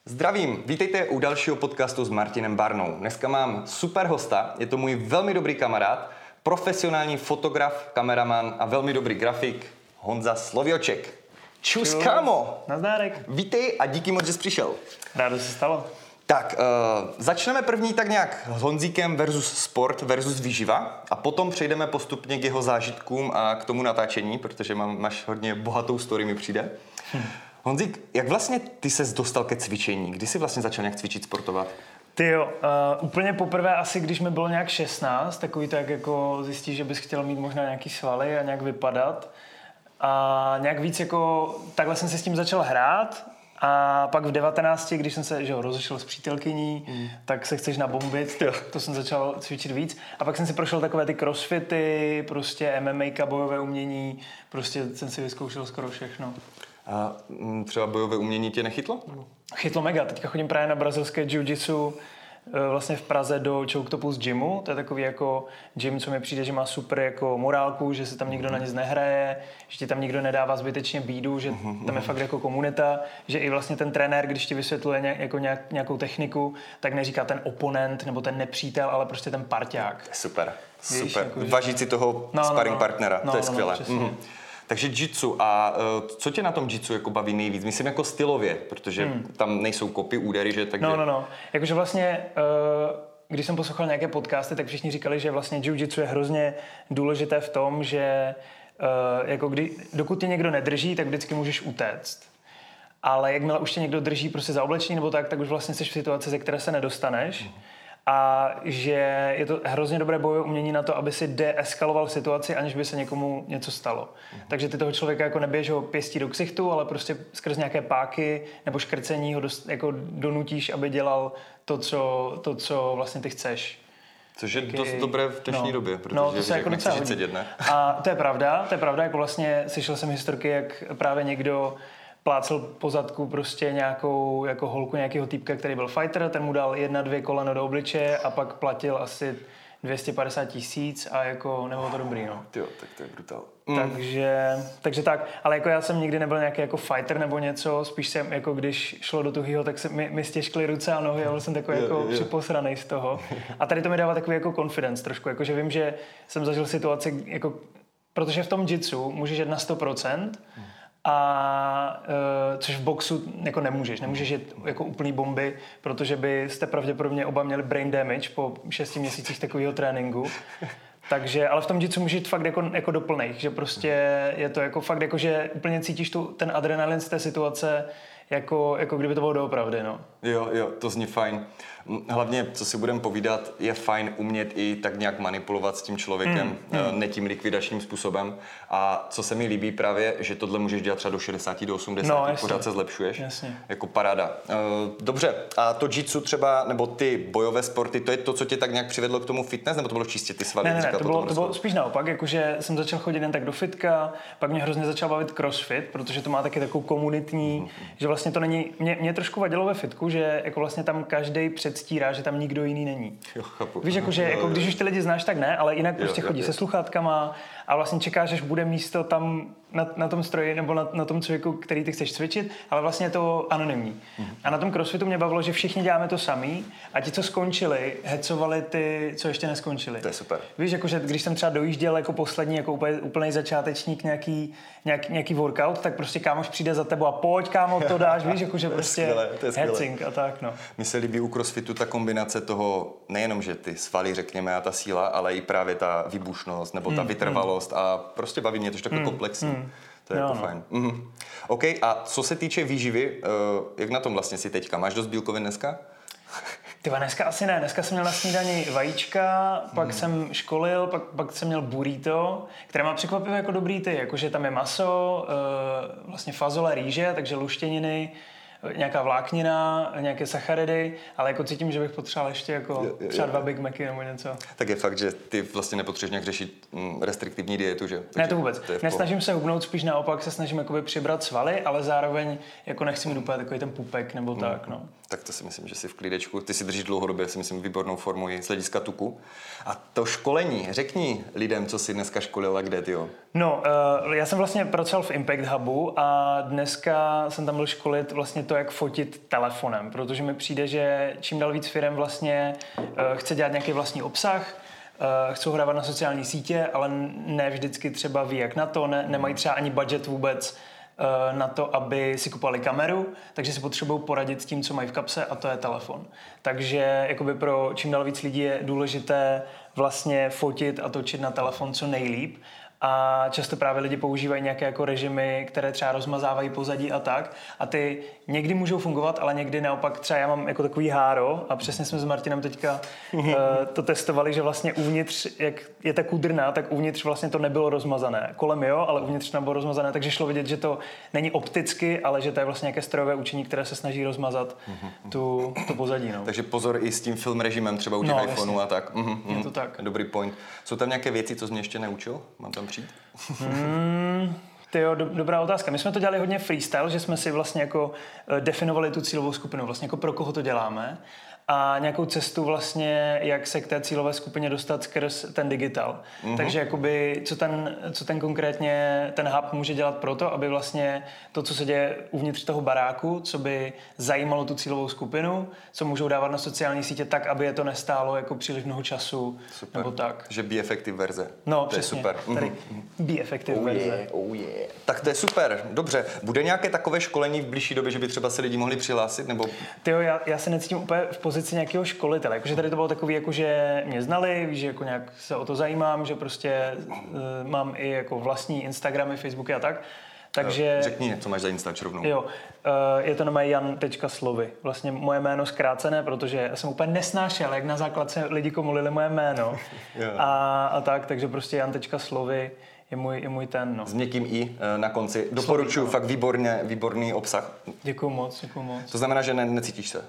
Zdravím, vítejte u dalšího podcastu s Martinem Barnou. Dneska mám super hosta, je to můj velmi dobrý kamarád, profesionální fotograf, kameraman a velmi dobrý grafik Honza Slovioček. Čus, kámo! Nazdárek. Vítej a díky moc, že jsi přišel. Rádo se stalo. Tak, začneme první tak nějak Honzíkem versus sport versus výživa a potom přejdeme postupně k jeho zážitkům a k tomu natáčení, protože máš hodně bohatou story, mi přijde. Honzík, jak vlastně ty ses dostal ke cvičení? Kdy jsi vlastně začal nějak cvičit, sportovat? Tyjo, úplně poprvé asi, když mi bylo nějak 16, takový to, jak jako zjistíš, že bys chtěl mít možná nějaký svaly a nějak vypadat. A nějak víc jako, takhle jsem se s tím začal hrát a pak v 19, když jsem se rozešel s přítelkyní, tak se chceš nabombit, to jsem začal cvičit víc. A pak jsem si prošel takové ty crossfity, prostě MMA, bojové umění, prostě jsem si vyzkoušel skoro všechno. A třeba bojové umění tě nechytlo? Chytlo mega. Teďka chodím právě na brazilské jiu-jitsu vlastně v Praze do Choctopus gymu. To je takový jako gym, co mi přijde, že má super jako morálku, že se tam nikdo na nic nehraje, že ti tam nikdo nedává zbytečně bídu, že tam je fakt jako komunita, že i vlastně ten trenér, když ti vysvětluje nějakou techniku, tak neříká ten oponent nebo ten nepřítel, ale prostě ten parťák. Super, Víš, super. jako, Vážit si toho sparring partnera, to je skvělé. Takže jitsu. A co tě na tom jitsu jako baví nejvíc? Myslím jako stylově, protože tam nejsou kopy, údery, že? Takže... No. Jakože vlastně, když jsem poslouchal nějaké podcasty, tak všichni říkali, že vlastně jiu-jitsu je hrozně důležité v tom, že jako dokud tě někdo nedrží, tak vždycky můžeš utéct. Ale jakmile už tě někdo drží prostě za oblečení nebo tak už vlastně jsi v situaci, ze které se nedostaneš. A že je to hrozně dobré bojové umění na to, aby si deeskaloval situaci, aniž by se někomu něco stalo. Takže ty toho člověka jako nebiješ ho pěstí do ksichtu, ale prostě skrz nějaké páky nebo škrcení ho jako donutíš, aby dělal to, co vlastně ty chceš. Což je dost dobré v dnešní době, protože to se jako nechceš sedět, ne? A to je pravda, jako vlastně slyšel jsem historky, jak právě někdo plácel po zadku prostě nějakou jako holku nějakého týpka, který byl fighter, ten mu dal 1-2 koleno do obličeje a pak platil asi 250 000 a jako nebylo to dobrý, no. Jo, tak to je brutál. Takže tak, ale jako já jsem nikdy nebyl nějaký jako fighter nebo něco, spíš jsem jako když šlo do tuhýho, tak se mi stěžkly ruce a nohy a byl jsem takový jako připosranej z toho. A tady to mi dává takový jako confidence trošku, jako že vím, že jsem zažil situaci jako, protože v tom jitsu můžeš jít na 100%, a což v boxu jako nemůžeš jít jako úplný bomby, protože byste pravděpodobně oba měli brain damage po 6 měsících takového tréninku. Takže, ale v tom jitsu můžeš jít fakt jako do plných, že prostě je to jako fakt jako, že úplně cítíš ten adrenalin z té situace, jako kdyby to bylo doopravdy, no. Jo, to zní fajn. Hlavně, co si budeme povídat, je fajn umět i tak nějak manipulovat s tím člověkem, ne tím likvidačním způsobem. A co se mi líbí právě, že tohle můžeš dělat třeba do 60, do 80, pořád se zlepšuješ. Jasně. Jako paráda. Dobře, a to jitsu třeba, nebo ty bojové sporty, to je to, co tě tak nějak přivedlo k tomu fitness, nebo to bylo čistě ty svaly? Ne, to bylo spíš naopak, jakože jsem začal chodit jen tak do fitka, pak mě hrozně začal bavit crossfit, protože to má taky takovou komunitní, že vlastně to není, mě trošku vadilo ve fitku, že jako vlastně tam každý předstírá, že tam nikdo jiný není. Jo, chápu. Víš, jakože jako když už ty lidi znáš, tak ne, ale jinak prostě chodí se sluchátkama a vlastně čekáš, až bude místo tam na tom stroji nebo na tom člověku, který ty chceš cvičit, ale vlastně je to anonymní. A na tom crossfitu mě bavilo, že všichni děláme to samý a ti, co skončili, hecovali ty, co ještě neskončili. To je super. Víš, jakože když jsem třeba dojížděl jako poslední, jako úplný začátečník nějaký workout, tak prostě kámoš přijde za tebou a pojď, kámo, to dáš, víš, jakože prostě hecing a tak, no. Mně se líbí u crossfitu ta kombinace toho, nejenom, že ty svaly, řekněme, a ta síla, ale i právě ta výbušnost nebo ta vytrvalost a prostě baví mě to takové komplexní. To je jako fajn. OK, a co se týče výživy, jak na tom vlastně si teďka? Máš dost bílkovin dneska? Tyva, dneska asi ne. Dneska jsem měl na snídani vajíčka, pak jsem školil, pak jsem měl burrito, které má překvapivě jako dobrý jakože tam je maso, vlastně fazole, rýže, takže luštěniny, nějaká vláknina, nějaké sacharidy, ale jako cítím, že bych potřeboval ještě jako třeba 2 Big Macy nebo něco. Tak je fakt, že ty vlastně nepotřebuješ nějak řešit restriktivní dietu, že? Takže ne, to vůbec. Nesnažím se hubnout, spíš naopak se snažím jakoby přibrat svaly, ale zároveň jako nechci mít úplně takový ten pupek nebo tak, no. Tak to si myslím, že jsi v klídečku. Ty si držíš dlouhodobě, si myslím, výbornou formu i z hlediska tuku. A to školení, řekni lidem, co jsi dneska školil a kde, tyjo? No, já jsem vlastně pracoval v Impact Hubu a dneska jsem tam byl školit vlastně to, jak fotit telefonem, protože mi přijde, že čím dál víc firem vlastně chce dělat nějaký vlastní obsah, chcou hrávat na sociální sítě, ale ne vždycky třeba ví, jak na to, nemají třeba ani budget vůbec na to, aby si kupovali kameru, takže si potřebují poradit s tím, co mají v kapse, a to je telefon. Takže jakoby pro čím dál víc lidí je důležité vlastně fotit a točit na telefon co nejlíp. A často právě lidi používají nějaké jako režimy, které třeba rozmazávají pozadí a tak. A ty někdy můžou fungovat, ale někdy naopak třeba já mám jako takový háro a přesně jsme s Martinem teďka to testovali, že vlastně uvnitř, jak je ta kudrna, tak uvnitř vlastně to nebylo rozmazané. Kolem jo, ale uvnitř nebylo rozmazané, takže šlo vidět, že to není opticky, ale že to je vlastně nějaké strojové učení, které se snaží rozmazat to pozadí. No. Takže pozor i s tím film režimem třeba u těch iPhoneů a tak. Je to tak. Dobrý point. Jsou tam nějaké věci, co jsi mě ještě neučil? Mám tam přijít? Tyjo, dobrá otázka. My jsme to dělali hodně freestyle, že jsme si vlastně jako definovali tu cílovou skupinu, vlastně jako pro koho to děláme a nějakou cestu vlastně, jak se k té cílové skupině dostat skrz ten digital. Takže jakoby, co ten konkrétně ten hub může dělat pro to, aby vlastně to, co se děje uvnitř toho baráku, co by zajímalo tu cílovou skupinu, co můžou dávat na sociální sítě tak, aby je to nestálo jako příliš mnoho času. Super. Nebo tak. Že be effective verze. No, to přesně. Je super. Tady be effective verze. Tak to je super. Dobře. Bude nějaké takové školení v blížší době, že by třeba se lidi mohli přihlásit? Nebo... Tyjo, já se necítím úplně v pozici nějakého školitele. Jakože tady to bylo takový, jako že mě znali, že jako nějak se o to zajímám, že prostě mám i jako vlastní Instagramy, Facebooky a tak. Takže... Řekni, co máš za Instač rovnou. Jo, je to na mé jan.slovy. Vlastně moje jméno zkrácené, protože já jsem úplně nesnášel, jak na základce lidi komolili moje jméno. a tak, takže prostě jan.slovy je můj ten, no. S někým i na konci. Doporučuji, fakt výborný obsah. Děkuju moc. To znamená, že necítíš se?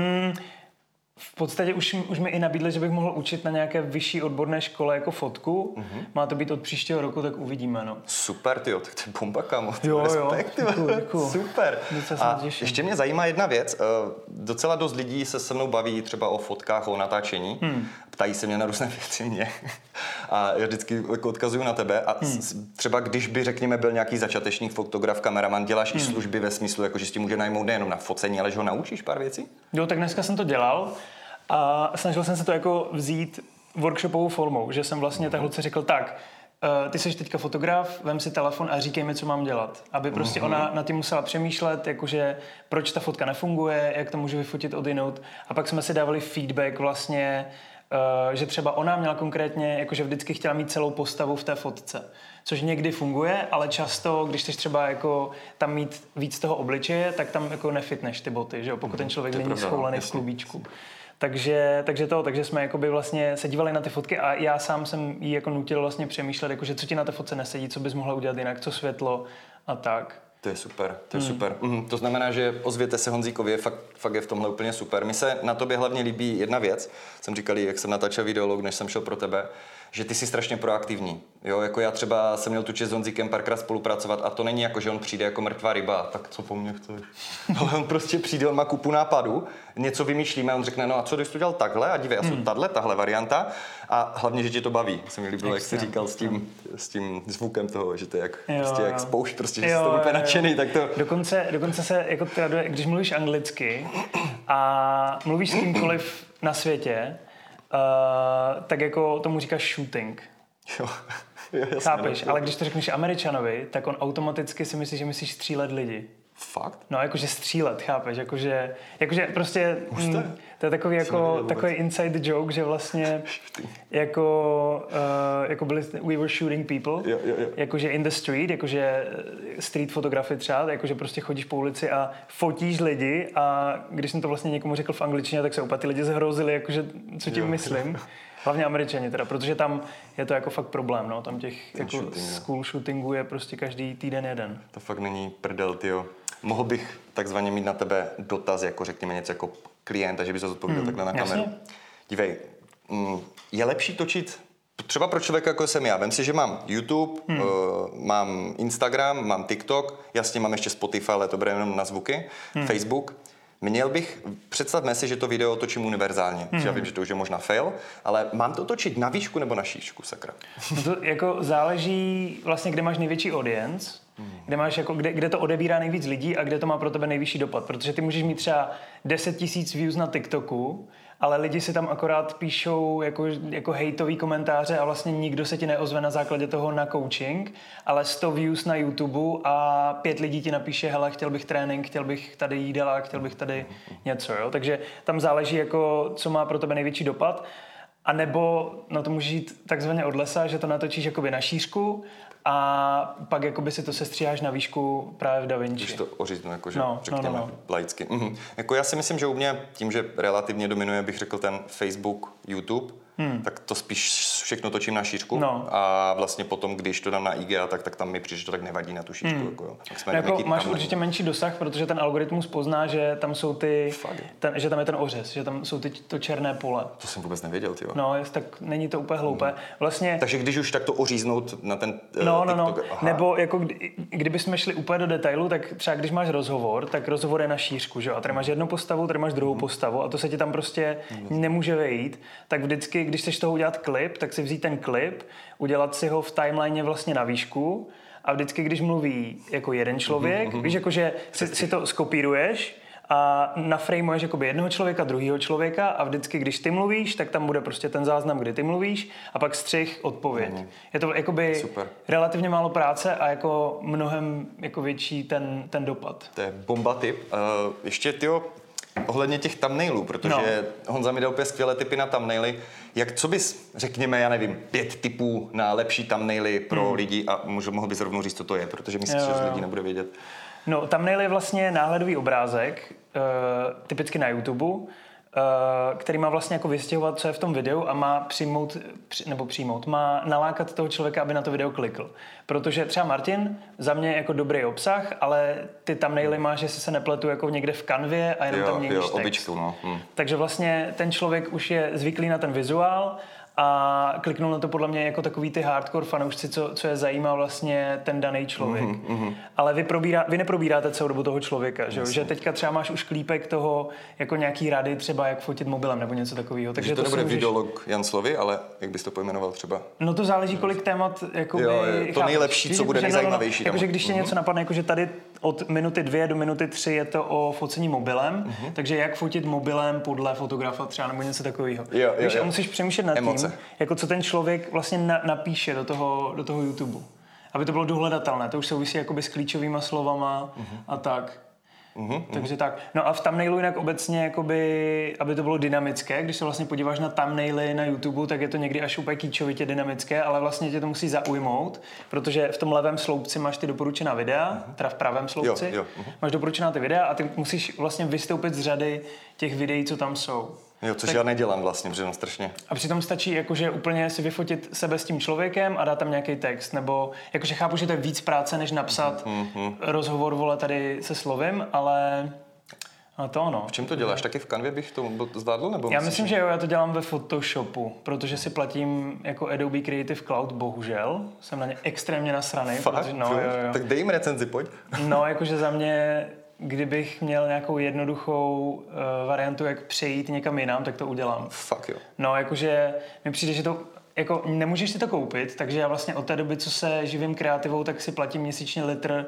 V podstatě už mi i nabídli, že bych mohl učit na nějaké vyšší odborné škole jako fotku. Má to být od příštího roku, tak uvidíme, no. Super, tyjo, tak to je bomba, kámo. Respekt, děkuju. Super. A ještě mě zajímá jedna věc. Docela dost lidí se se mnou baví třeba o fotkách, o natáčení. Ptají se mě na různé věci a já vždycky jako odkazuju na tebe. A třeba když by, řekněme, byl nějaký začátečník, fotograf, kameraman, děláš i služby ve smyslu, jako že si tě může najmout nejenom na focení, ale že ho naučíš pár věcí? Jo, tak dneska jsem to dělal a snažil jsem se to jako vzít workshopovou formou, že jsem vlastně takhle si řekl tak, ty jsi teďka fotograf, vem si telefon a říkej mi, co mám dělat. Aby prostě ona na tím musela přemýšlet, jakože proč ta fotka nefunguje, jak to můžu vyfotit odjinud. A pak jsme si dávali feedback vlastně, že třeba ona měla konkrétně, jakože vždycky chtěla mít celou postavu v té fotce. Což někdy funguje, ale často, když chceš třeba jako tam mít víc toho obličeje, tak tam jako nefitneš ty boty, že jo? Pokud ten člověk není schoulený v klubíčku. Takže jsme jakoby vlastně se dívali na ty fotky a já sám jsem jí jako nutil vlastně přemýšlet, jakože co ti na té fotce nesedí, co bys mohla udělat jinak, co světlo a tak. To je super, super. To znamená, že ozvěte se Honzíkovi, fakt je v tomhle úplně super. Mně se na tobě hlavně líbí jedna věc, jsem říkal, jak jsem natáčel videolog, než jsem šel pro tebe, že ty jsi strašně proaktivní. Jo, jako já třeba jsem měl tu čest s Honzíkem párkrát spolupracovat a to není jako, že on přijde jako mrtvá ryba, tak co po mně chceš? Ale on prostě přijde, on má kupu nápadů, něco vymýšlíme, on řekne, no a co když to dělal takhle a dívej, a jsou tahle varianta a hlavně, že tě to baví. Se mi líbilo, jak jsi říkal s tím zvukem toho, že to je jak, prostě jak spoušť, prostě, že jsi to úplně nadšený, tak to... Dokonce se jako traduje, když mluvíš anglicky a mluvíš s kýmkoliv na světě, tak jako tomu říkáš shooting. Jo, chápeš, ale když to řekneš Američanovi, tak on automaticky si myslí, že myslíš střílet lidi. Fakt? No, jakože střílet, chápeš, jakože prostě to je takový jako takový inside joke, že vlastně jako byli we were shooting people, jakože in the street, jakože street photography třeba, jakože prostě chodíš po ulici a fotíš lidi a když jsem to vlastně někomu řekl v angličtině, tak se úplně ty lidi zhrozili, jakože co tím myslím. Hlavně Američani teda, protože tam je to jako fakt problém, no, tam těch jako school shootingů je prostě každý týden jeden. To fakt není prdel, tyjo. Mohl bych takzvaně mít na tebe dotaz, jako řekněme něco jako klienta, že bys odpověděl takhle na kameru. Jasně. Dívej, je lepší točit třeba pro člověka, jako jsem já. Vem si, že mám YouTube, mám Instagram, mám TikTok, jasně mám ještě Spotify, ale to bude jenom na zvuky, Facebook. Představme si, že to video točím univerzálně. Já vím, že to už je možná fail, ale mám to točit na výšku nebo na šířku, sakra? No to jako záleží vlastně, kde máš největší audience. kde máš jako, kde to odebírá nejvíc lidí a kde to má pro tebe nejvyšší dopad, protože ty můžeš mít třeba 10 000 views na TikToku, ale lidi si tam akorát píšou jako hejtový komentáře a vlastně nikdo se ti neozve na základě toho na coaching, ale 100 views na YouTube a 5 lidí ti napíše, hele, chtěl bych trénink, chtěl bych tady jídelák, chtěl bych tady něco, jo. Takže tam záleží, jako, co má pro tebe největší dopad. A nebo na to můžeš jít takzvaně od lesa, že to natočíš jakoby na šířku a pak jakoby si to sestříháš na výšku právě v DaVinci. Když to oříznu, jakože řekněme laicky. Jako já si myslím, že u mě tím, že relativně dominuje, bych řekl, ten Facebook, YouTube, tak to spíš všechno točím na šířku a vlastně potom, když to dám na IG, tak tam mi přijde, že to tak nevadí na tu šířku. Jako máš určitě menší dosah, protože ten algoritmus pozná, že tam jsou že tam je ten ořez, že tam jsou to černé pole. To jsem vůbec nevěděl, tyjo. No, tak není to úplně hloupé. Vlastně. Takže když už tak to oříznout na ten TikTok. Nebo jako kdybychom šli úplně do detailu, tak třeba když máš rozhovor, tak rozhovor je na šířku, že? A tady máš jednu postavu, tady máš druhou postavu a to se ti tam prostě nemůže vejít. Tak vždycky, když chceš toho udělat klip, tak si vzít ten klip, udělat si ho v timeline vlastně na výšku a vždycky, když mluví jako jeden člověk, víš, jakože si to skopíruješ a naframuješ jakoby jednoho člověka, druhého člověka a vždycky, když ty mluvíš, tak tam bude prostě ten záznam, kdy ty mluvíš a pak střih, odpověď. Je to jakoby relativně málo práce a jako mnohem jako větší ten dopad. To je bomba tip. Ještě ohledně těch thumbnailů, protože Honza mi dal úplně skvělé tipy na thumbnaily. Co bys, řekněme, já nevím, 5 tipů na lepší thumbnaily pro lidi a mohl bys rovnou říct, co to je, protože myslím, že lidi nebude vědět. No, thumbnail je vlastně náhledový obrázek, typicky na YouTube, který má vlastně jako vystěhovat, co je v tom videu a má má nalákat toho člověka, aby na to video klikl. Protože třeba Martin za mě jako dobrý obsah, ale ty thumbnaily máš, jestli se nepletu, jako někde v kanvě a jenom tam měníš text. Obyčku, Takže vlastně ten člověk už je zvyklý na ten vizuál a kliknul na to podle mě jako takový ty hardcore fanoušci, co je zajímá vlastně ten daný člověk. Ale vy neprobíráte celou dobu toho člověka, že teďka třeba máš už klípek toho jako nějaký rady, třeba jak fotit mobilem nebo něco takového. Takže to nebude videolog Jan Slovy, ale jak bys to pojmenoval třeba? No to záleží, kolik témat jakoby, to nejlepší, co bude nejzajímavější. Jakože když tě něco napadne, jakože tady od minuty 2 do minuty 3 je to o focení mobilem, takže jak fotit mobilem podle fotografa třeba nebo něco takového. Víš, a musíš přemýšlet nad tím, jako co ten člověk vlastně napíše do toho YouTube. Aby to bylo dohledatelné. To už souvisí jakoby s klíčovýma slovama a tak. Takže tak. No a v thumbnailu jinak obecně, jakoby, aby to bylo dynamické, když se vlastně podíváš na thumbnaily na YouTube, tak je to někdy až úplně kýčovitě dynamické, ale vlastně tě to musí zaujmout, protože v tom levém sloupci máš ty doporučená videa, teda v pravém sloupci, máš doporučená ty videa a ty musíš vlastně vystoupit z řady těch videí, co tam jsou. Což já nedělám vlastně, protože strašně. A přitom stačí jakože úplně si vyfotit sebe s tím člověkem a dát tam nějaký text, nebo jakože chápu, že to je víc práce, než napsat rozhovor, vole, tady se slovem, ale to ono. V čem to děláš? Taky v Canvě bych to zvládl? Nebo já myslím, že jo, já to dělám ve Photoshopu, protože si platím jako Adobe Creative Cloud, bohužel. Jsem na ně extrémně nasranej. Fakt? Protože, jo. Tak dej jim recenzi, pojď. No, jakože za mě, kdybych měl nějakou jednoduchou variantu, jak přejít někam jinam, tak to udělám. Fakt jo. No, jakože mi přijde, že to jako nemůžeš si to koupit, takže já vlastně od té doby, co se živím kreativou, tak si platím měsíčně litr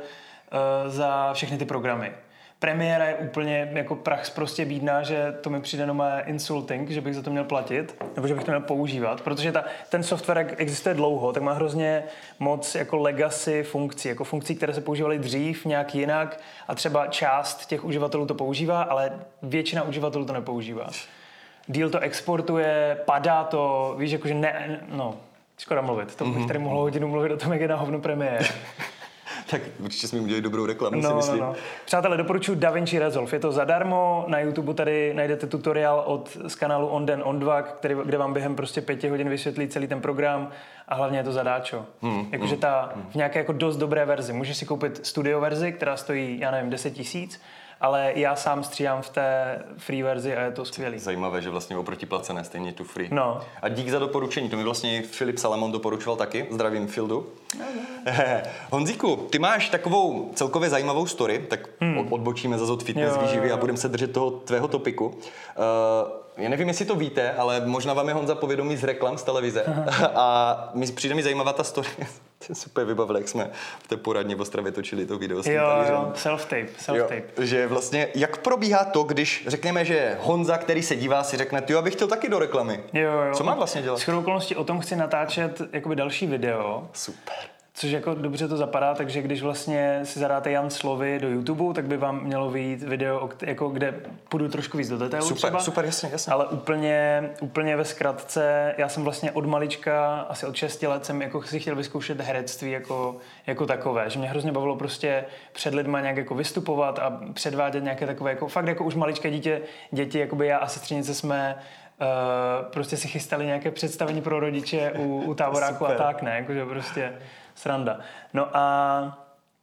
za všechny ty programy. Premiéra je úplně jako prach prostě bídná, že to mi přijde nomé insulting, že bych za to měl platit, nebo že bych to měl používat, protože ten software, jak existuje dlouho, tak má hrozně moc jako legacy funkcí, jako funkcí, které se používaly dřív nějak jinak a třeba část těch uživatelů to používá, ale většina uživatelů to nepoužívá. Díl to exportuje, padá to, víš, jakože škoda mluvit, to bych tady mohl hodinu mluvit o tom, jak je na hovno Premiéra. Tak určitě jsme udělali dobrou reklamu, si myslím. Přátelé, doporučuji DaVinci Resolve. Je to zadarmo, na YouTube tady najdete tutoriál z kanálu Onden On2, kde vám během prostě 5 hodin vysvětlí celý ten program a hlavně je to zadáčo. Jakože v nějaké jako dost dobré verzi. Můžeš si koupit studio verzi, která stojí, já nevím, 10 000, ale já sám stříhám v té free verzi a je to skvělý. Zajímavé, že vlastně oproti placené stejně tu free. No. A dík za doporučení, to mi vlastně Filip Salamon doporučoval taky. Zdravím Fildu. Honzíku, ty máš takovou celkově zajímavou story, tak odbočíme zase od fitness výživy a budeme se držet toho tvého topiku. Já nevím, jestli to víte, ale možná vám je Honza povědomí z reklam z televize. A přijde mi zajímavá ta story. Super vybavil, jak jsme v té poradně v Ostravě točili to video s tím Jo, self-tape. Že vlastně, jak probíhá to, když řekněme, že Honza, který se dívá, si řekne, ty, abych chtěl taky do reklamy. Jo. Co mám vlastně dělat? Shodou okolností o tom chci natáčet jakoby další video. Super. Což jako dobře to zapadá, takže když vlastně si zadáte Jan Slovy do YouTube, tak by vám mělo vyjít video, jako kde půjdu trošku víc do detailu třeba. Super, jasně. Ale úplně ve zkratce, já jsem vlastně od malička, asi od 6 let jsem jako si chtěl vyzkoušet herectví jako takové, že mě hrozně bavilo prostě před lidma nějak jako vystupovat a předvádět nějaké takové, jako fakt jako už maličké děti, jakoby já a sestřenice jsme prostě si chystali nějaké představení pro rodiče u táboráku a tak, ne, jakože prostě sranda. No a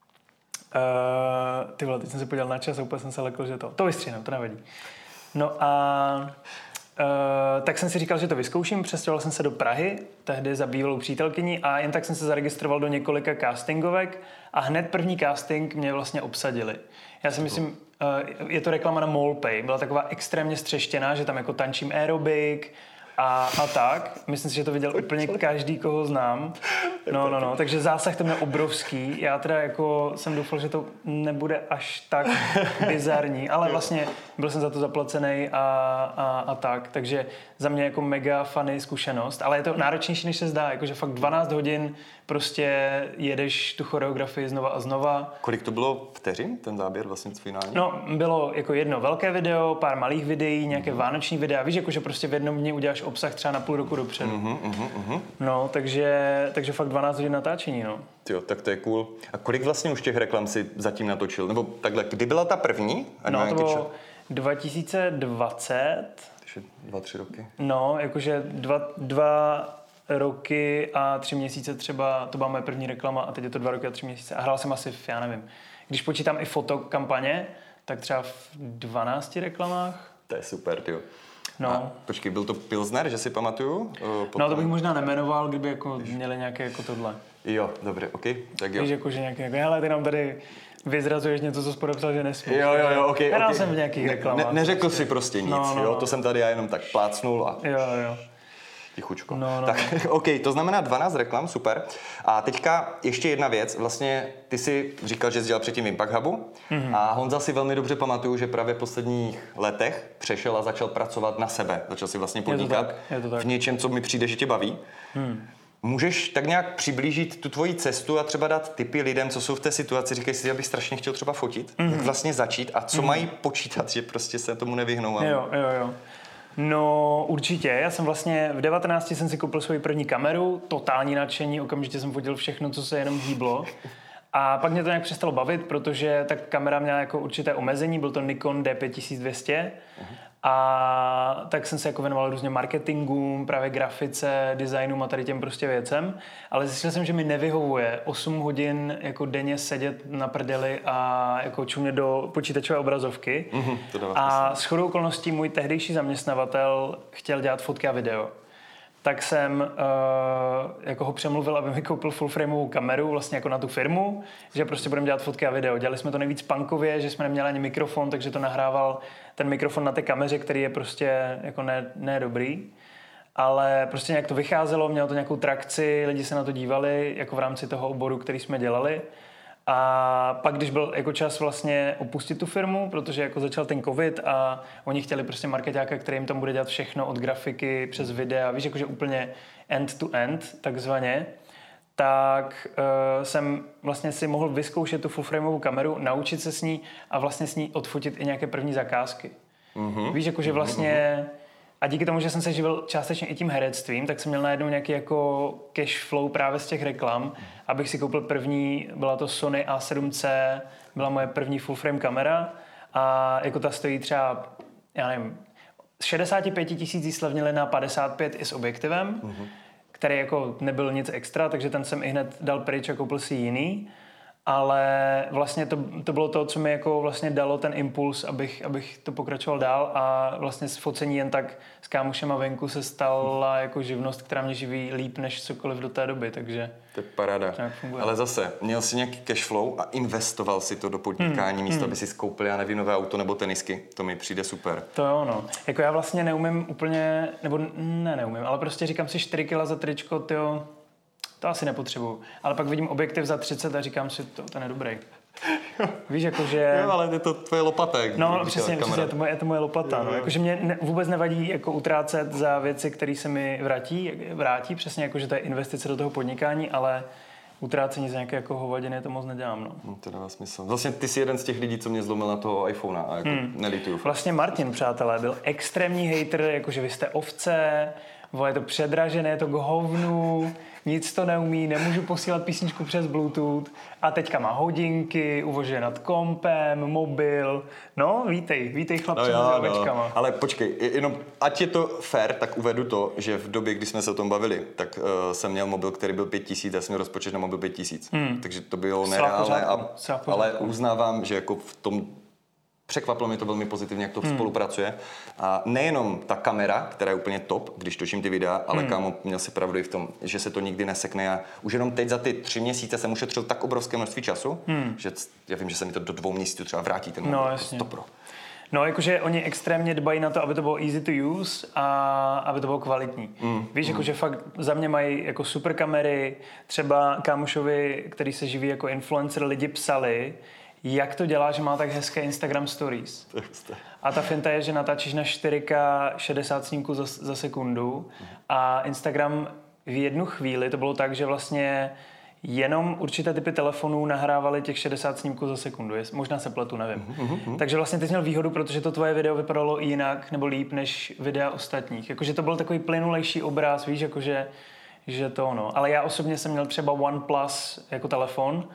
ty vole, teď jsem se podíval na čas a úplně jsem se lekl, že to vystřihnu, to nevadí. No a tak jsem si říkal, že to vyzkouším, přestěhoval jsem se do Prahy, tehdy za bývalou přítelkyní a jen tak jsem se zaregistroval do několika castingovek a hned první casting mě vlastně obsadili. Já si myslím, je to reklama na Molpay, byla taková extrémně střeštěná, že tam jako tančím aerobik a tak. Myslím si, že to viděl úplně každý, koho znám. No, takže zásah to měl obrovský. Já teda jako jsem doufal, že to nebude až tak bizarní, ale vlastně byl jsem za to zaplacený a tak. Takže za mě jako mega funny zkušenost, ale je to náročnější, než se zdá. Jakože fakt 12 hodin prostě jedeš tu choreografii znova a znova. Kolik to bylo vteřin, ten záběr vlastně finální? No, bylo jako jedno velké video, pár malých videí, nějaké vánoční videa. Víš, jakože prostě v jednom dni uděláš obsah třeba na půl roku dopředu. No, takže fakt 12 hodin natáčení, no. Jo, tak to je cool. A kolik vlastně už těch reklam si zatím natočil? Nebo takhle, kdy byla ta první? No, to bylo 2020. Takže 2-3 roky. No, jakože dva roky a 3 měsíce třeba, to byla moje první reklama a teď je to 2 roky a 3 měsíce. A hrál jsem asi já nevím, když počítám i fotokampaně, tak třeba v 12 reklamách. To je super, tyjo. No. A počkej, byl to Pilsner, že si pamatuju? No to bych možná nemenoval, kdyby jako měli nějaké jako tohle. Jo, dobré, ok, tak jo. Víš, jakože nějaké, jako, hele, ty nám tady vyzrazuješ něco, co jsi podepsal, že nesmíš. Jo, ok. Hrál jsem v nějakých reklamách. Neřekl si prostě nic, jo, to jsem tady já jenom tak plácnul a... Jo. Tichučko. No. Tak, ok, to znamená 12 reklam, super. A teďka ještě jedna věc, vlastně ty si říkal, že jsi dělal předtím v Impact Hubu a Honza si velmi dobře pamatuju, že právě v posledních letech přešel a začal pracovat na sebe. Začal si vlastně podnikat je to tak. v něčem, co mi přijde, že tě baví. Můžeš tak nějak přiblížit tu tvoji cestu a třeba dát tipy lidem, co jsou v té situaci, říkají si, abych strašně chtěl třeba fotit, jak vlastně začít a co mají počítat, že prostě se tomu nevyhnou. Jo. No určitě, já jsem vlastně v 19 jsem si koupil svoji první kameru, totální nadšení, okamžitě jsem fotil všechno, co se jenom hýblo. A pak mě to nějak přestalo bavit, protože ta kamera měla jako určité omezení, byl to Nikon D5200 a tak jsem se jako věnoval různě marketingům, právě grafice, designům a tady těm prostě věcem, ale zjistil jsem, že mi nevyhovuje 8 hodin jako denně sedět na prdeli a jako čumět do počítačové obrazovky. A shodou okolností můj tehdejší zaměstnavatel chtěl dělat fotky a video. Tak jsem jako ho přemluvil, aby mi koupil full-frameovou kameru vlastně jako na tu firmu, že prostě budeme dělat fotky a video. Dělali jsme to nejvíc punkově, že jsme neměli ani mikrofon, takže to nahrával ten mikrofon na té kameře, který je prostě jako ne dobrý. Ale prostě nějak to vycházelo, mělo to nějakou trakci, lidi se na to dívali jako v rámci toho oboru, který jsme dělali. A pak, když byl jako čas vlastně opustit tu firmu, protože jako začal ten covid a oni chtěli prostě marketáka, který jim tam bude dělat všechno od grafiky přes videa, víš, jakože úplně end to end, takzvaně, tak jsem vlastně si mohl vyzkoušet tu full-frameovou kameru, naučit se s ní a vlastně s ní odfotit i nějaké první zakázky. Víš, jakože vlastně... A díky tomu, že jsem se živil částečně i tím herectvím, tak jsem měl najednou nějaký jako cash flow právě z těch reklam, abych si koupil první, byla to Sony A7C, byla moje první full frame kamera a jako ta stojí třeba, já nevím, z 65 000 jí slevnili na 55 i s objektivem, který jako nebyl nic extra, takže ten jsem i hned dal pryč a koupil si jiný. Ale vlastně to bylo to, co mi jako vlastně dalo ten impuls, abych to pokračoval dál a vlastně s focení jen tak s kámošema venku se stala jako živnost, která mě živí líp než cokoliv do té doby, takže... To je paráda. Ale zase, měl jsi nějaký cashflow a investoval si to do podnikání místo, aby si skoupil, já nevím, nové auto nebo tenisky. To mi přijde super. To jo, no. Jako já vlastně neumím úplně, nebo neumím, ale prostě říkám si 4 kila za tričko, tyjo, to asi nepotřebuju. Ale pak vidím objektiv za 30 a říkám si, to je dobrý. Víš, jakože... Jo, ale je to tvoje lopata. No, přesně, je to moje lopata. No. Jakože mě vůbec nevadí jako utrácet za věci, které se mi vrátí, přesně jakože to je investice do toho podnikání, ale utrácení za nějaké jako hovadiny to moc nedělám. No. To dává smysl. Vlastně ty jsi jeden z těch lidí, co mě zlomil na toho iPhonea a jako nelituju. Vlastně Martin, přátelé, byl extrémní hejter, jakože vy jste ovce, je to předražené, je to k hovnu, nic to neumí, nemůžu posílat písničku přes Bluetooth a teďka má hodinky, uvažuje nad kompem, mobil. No, vítej chlapci mezi ovečkama. Ale počkej, jenom ať je to fair, tak uvedu to, že v době, kdy jsme se o tom bavili, tak jsem měl mobil, který byl 5000, já jsem měl rozpočet na mobil 5000. Takže to bylo nereálné, ale uznávám, že jako v tom překvapilo mě to velmi pozitivně, jak to spolupracuje. A nejenom ta kamera, která je úplně top, když točím ty videa, ale kámo, měl si pravdu i v tom, že se to nikdy nesekne. A už jenom teď za ty 3 měsíce jsem ušetřil tak obrovské množství času, že já vím, že se mi to do 2 měsíců třeba vrátí ten mobil. No, jasně. Pro. No, jakože oni extrémně dbají na to, aby to bylo easy to use a aby to bylo kvalitní. Víš, jakože fakt za mě mají jako super kamery, třeba kámošovi, který se živí jako influencer, lidi psali, jak to dělá, že má tak hezké Instagram stories. A ta finta je, že natáčíš na 4K 60 snímků za sekundu a Instagram v jednu chvíli, to bylo tak, že vlastně jenom určité typy telefonů nahrávali těch 60 snímků za sekundu. Možná se pletu, nevím. Takže vlastně ty jsi měl výhodu, protože to tvoje video vypadalo jinak nebo líp než videa ostatních. Jakože to byl takový plynulejší obraz, víš, jakože že to ono. Ale já osobně jsem měl třeba OnePlus jako telefon,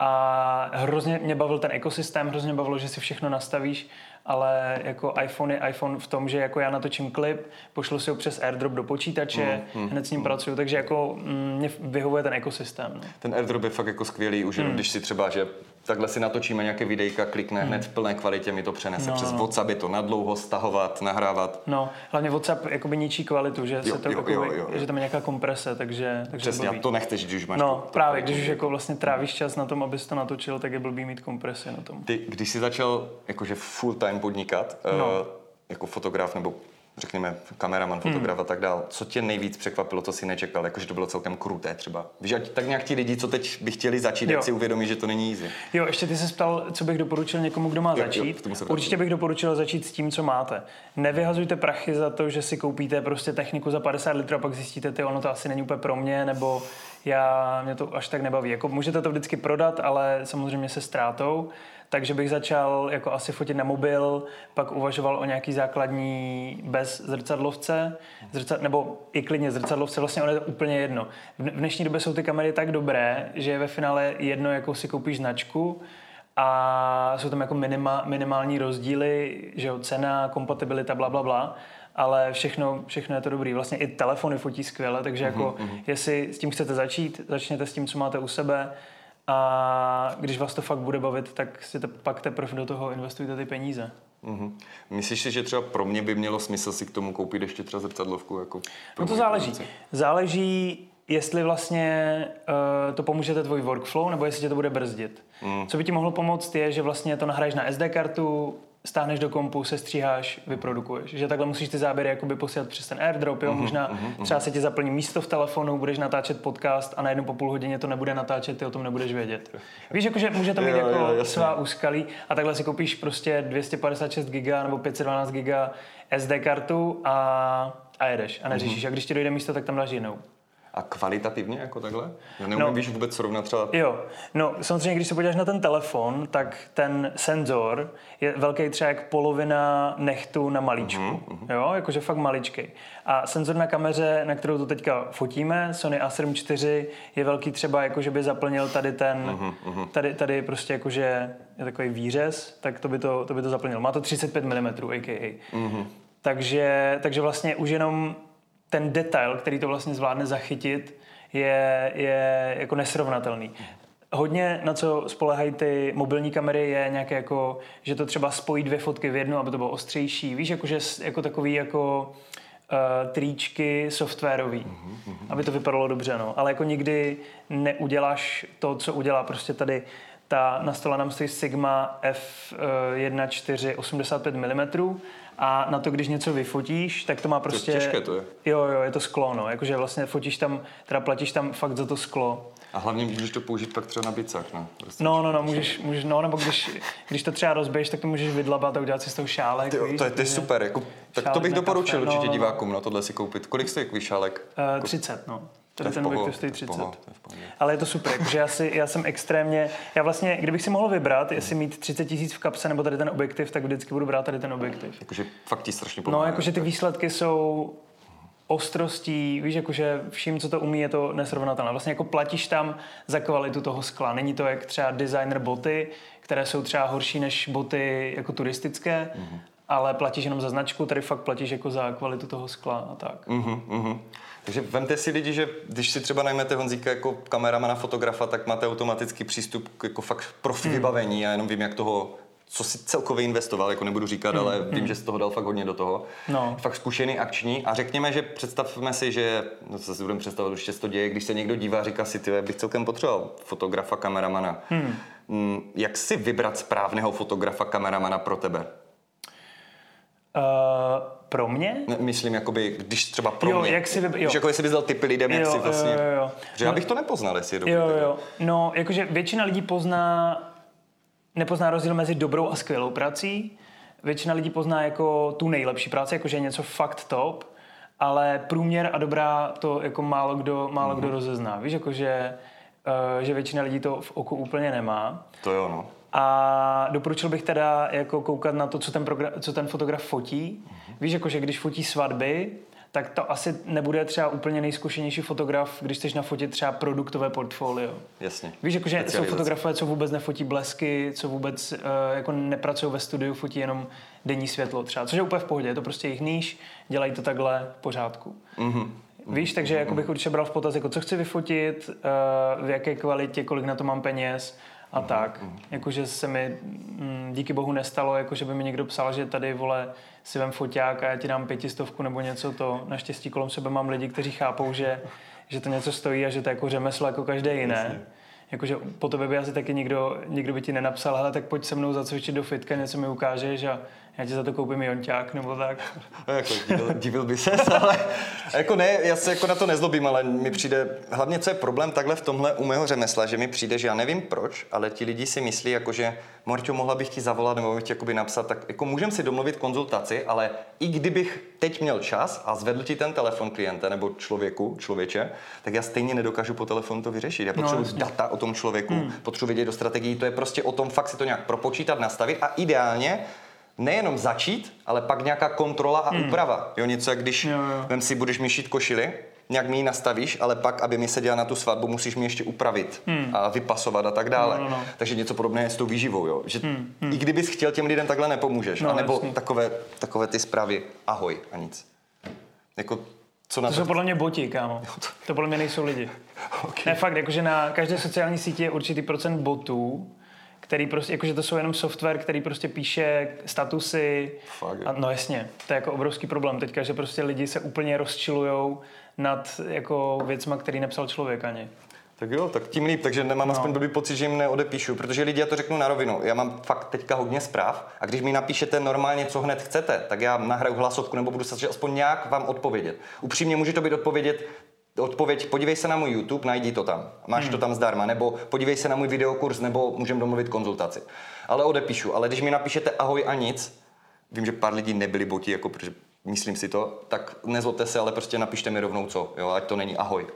a hrozně mě bavil ten ekosystém, hrozně bavilo, že si všechno nastavíš, ale jako iPhone je iPhone v tom, že jako já natočím klip, pošlu si ho přes AirDrop do počítače, hned s ním pracuju, takže jako mě vyhovuje ten ekosystém. No. Ten AirDrop je fakt jako skvělý, už jenom když si třeba, že takhle si natočíme nějaké videjka, klikne hned v plné kvalitě, mi to přenese přes WhatsApp, je to nadlouho stahovat, nahrávat. No, hlavně WhatsApp jakoby ničí kvalitu, že se to že tam je nějaká komprese, takže přesně, a to nechceš, když už máš. No, právě, když už jako vlastně trávíš čas na tom, abys to natočil, tak je blbý mít kompresi na tom. Ty, když jsi začal jakože full time podnikat, jako fotograf nebo řekněme kameraman, fotograf a tak dál. Co tě nejvíc překvapilo, co jsi nečekal, jakože to bylo celkem kruté třeba? Víš, tak nějak ti lidi, co teď by chtěli začít, jak si uvědomí, že to není easy. Jo, ještě ty se ptal, co bych doporučil někomu, kdo má začít. Určitě bych doporučil začít s tím, co máte. Nevyhazujte prachy za to, že si koupíte prostě techniku za 50 litrů a pak zjistíte, ono to asi není úplně pro mě, nebo mě to až tak nebaví. Jako můžete to vždycky prodat, ale samozřejmě se ztrátou. Takže bych začal jako asi fotit na mobil, pak uvažoval o nějaký základní bez zrcadlovce, nebo i klidně zrcadlovce, vlastně ono je to úplně jedno. V dnešní době jsou ty kamery tak dobré, že je ve finále jedno, jakou si koupíš značku a jsou tam jako minimální rozdíly, že jo, cena, kompatibilita, blablabla, ale všechno je to dobrý. Vlastně i telefony fotí skvěle, takže jako jestli s tím chcete začít, začněte s tím, co máte u sebe. A když vás to fakt bude bavit, tak si pak teprve do toho investujte ty peníze. Myslíš si, že třeba pro mě by mělo smysl si k tomu koupit ještě třeba zrcadlovku? Jako no to záleží. Záleží, jestli vlastně to pomůžete tvůj workflow, nebo jestli tě to bude brzdit. Co by ti mohlo pomoct je, že vlastně to nahraješ na SD kartu, stáhneš do kompu, sestříháš, vyprodukuješ. Že takhle musíš ty záběry jakoby posílat přes ten AirDrop, jo? Možná třeba se ti zaplní místo v telefonu, budeš natáčet podcast a najednou po půl hodině to nebude natáčet, ty o tom nebudeš vědět. Víš, jakože může to mít jako svá úskalí a takhle si koupíš prostě 256 GB nebo 512 GB SD kartu a jedeš a neřešíš. A když ti dojde místo, tak tam dáš jinou. A kvalitativně jako takhle? Já neumím, víš, vůbec srovnat třeba... Jo, no samozřejmě, když se podíváš na ten telefon, tak ten senzor je velký třeba jak polovina nechtu na malíčku. Jo, jakože fakt maličký. A senzor na kameře, na kterou to teďka fotíme, Sony A7 IV, je velký třeba jako, že by zaplnil tady ten, tady prostě jakože je takový výřez, tak to by to zaplnil. Má to 35 mm, a.k.a. Takže vlastně už jenom ten detail, který to vlastně zvládne zachytit, je jako nesrovnatelný. Hodně na co spoléhají ty mobilní kamery je nějaké jako, že to třeba spojí 2 fotky v jednu, aby to bylo ostřejší. Víš, jakože jako takový jako tričky softwarový, aby to vypadalo dobře, no. Ale jako nikdy neuděláš to, co udělá prostě tady na stole nám stojí Sigma F1.4 85 mm A na to, když něco vyfotíš, tak to má prostě... To je těžké, to je. Jo, je to sklo, no. Jakože vlastně fotíš tam, teda platíš tam fakt za to sklo. A hlavně můžeš to použít pak třeba na bicách, ne? Prostě no, můžeš, no, nebo když to třeba rozbiješ, tak to můžeš vydlabat a udělat si z toho šálek. To je super, jako, tak to bych doporučil určitě divákům, no, tohle si koupit. Kolik stojí takový šálek? 30, no. Tady ten objektiv stojí 30. To je ale je to super, protože já jsem extrémně, já vlastně, kdybych si mohl vybrat, jestli mít 30 000 v kapse nebo tady ten objektiv, tak vždycky budu brát tady ten objektiv. Jakože fakt ti strašně pomáhá. No, jakože ty výsledky jsou ostrostí, víš, jakože vším, co to umí, je to nesrovnatelné. Vlastně jako platíš tam za kvalitu toho skla. Není to jak třeba designer boty, které jsou třeba horší než boty jako turistické, ale platíš jenom za značku, tady fakt platíš jako za kvalitu toho skla a tak. Takže vemte si lidi, že když si třeba najmete Honzíka jako kameramana, fotografa, tak máte automatický přístup k jako fakt profi vybavení. Já jenom vím, jak toho, co si celkově investoval, jako nebudu říkat, ale vím, že z toho dal fakt hodně do toho. No. Fakt zkušený, akční a řekněme, že představme si, že, no co si budeme představit, už se to děje, když se někdo dívá, říká si, ty, bych celkem potřeboval fotografa, kameramana. Jak si vybrat správného fotografa, kameramana pro tebe? Pro mě? Ne, myslím, jakoby, když třeba pro mě. Jak si Když jako jestli bys dal tipy lidem, jak si vlastně... Jo. Že já bych to nepoznal, jestli je dobrý. Jo. No, jakože většina lidí nepozná rozdíl mezi dobrou a skvělou prací. Většina lidí pozná jako tu nejlepší práci, jakože je něco fakt top, ale průměr a dobrá to jako málo kdo rozezná. Víš, jakože že většina lidí to v oku úplně nemá. To jo, no. A doporučil bych teda jako koukat na to, co ten fotograf fotí. Víš, jakože když fotí svatby, tak to asi nebude třeba úplně nejzkušenější fotograf, když chceš nafotit třeba produktové portfolio. Jasně. Víš, jakože jsou fotografové, co vůbec nefotí blesky, co vůbec jako nepracují ve studiu, fotí jenom denní světlo třeba, což je úplně v pohodě, je to prostě jejich níž, dělají to takhle v pořádku. Víš, takže jako bych určitě bral v potaz, jako co chci vyfotit, v jaké kvalitě, kolik na to mám peněz a tak. Jakože se mi díky bohu nestalo, jakože by mi někdo psal, že tady, vole, si vem foťák a já ti dám 500 nebo něco, to naštěstí kolem sebe mám lidi, kteří chápou, že to něco stojí a že to je jako řemeslo jako každé jiné. Jakože po tobě by asi taky nikdo by ti nenapsal, hele, tak pojď se mnou zacvičit do fitka, něco mi ukážeš a já ti za to koupím jonťák, nebo tak. Jako divil by ses, ale jako ne, já se jako na to nezlobím, ale mi přijde, hlavně co je problém takhle v tomhle u mého řemesla, že mi přijde, že já nevím proč, ale ti lidi si myslí, jakože Morťo, mohla bych ti zavolat nebo bych ti jakoby napsat, tak jako můžeme si domluvit konzultaci, ale i kdybych teď měl čas a zvedl ti ten telefon klienta nebo člověče, tak já stejně nedokážu po telefonu to vyřešit. Já potřebuji data o tom člověku, potřebuji vědět do strategii, to je prostě o tom fakt si to nějak propočítat, nastavit a ideálně nejenom začít, ale pak nějaká kontrola a úprava. Jo, něco jak když vem si budeš mi šít košili, nějak mi ji nastavíš, ale pak, aby mi seděla na tu svatbu, musíš mi ještě upravit a vypasovat a tak dále. Takže něco podobného je s tou výživou, jo. Že i kdybys chtěl, těm lidem takhle nepomůžeš. A nebo takové ty zprávy ahoj a nic. Jako, co na to jsou podle mě boti, kámo. To podle mě nejsou lidi. Okay. Ne, fakt, jakože na každé sociální síti je určitý procent botů, který prostě, jakože to jsou jenom software, který prostě píše statusy. A, no jasně, to je jako obrovský problém teďka, že prostě lidi se úplně rozčilujou nad jako věcma, který nepsal člověk ani. Tak jo, tak tím líp, takže nemám aspoň blbý pocit, že jim neodepíšu, protože lidi, já to řeknu na rovinu, já mám fakt teďka hodně zpráv a když mi napíšete normálně, co hned chcete, tak já nahraju hlasovku nebo budu se aspoň nějak vám odpovědět. Upřímně může to být odpověď, podívej se na můj YouTube, najdi to tam, máš to tam zdarma, nebo podívej se na můj videokurs, nebo můžeme domluvit konzultaci. Ale odepíšu, ale když mi napíšete ahoj a nic, vím, že pár lidí nebyli boti, jako protože myslím si to, tak nezlobte se, ale prostě napište mi rovnou co, jo, ať to není ahoj.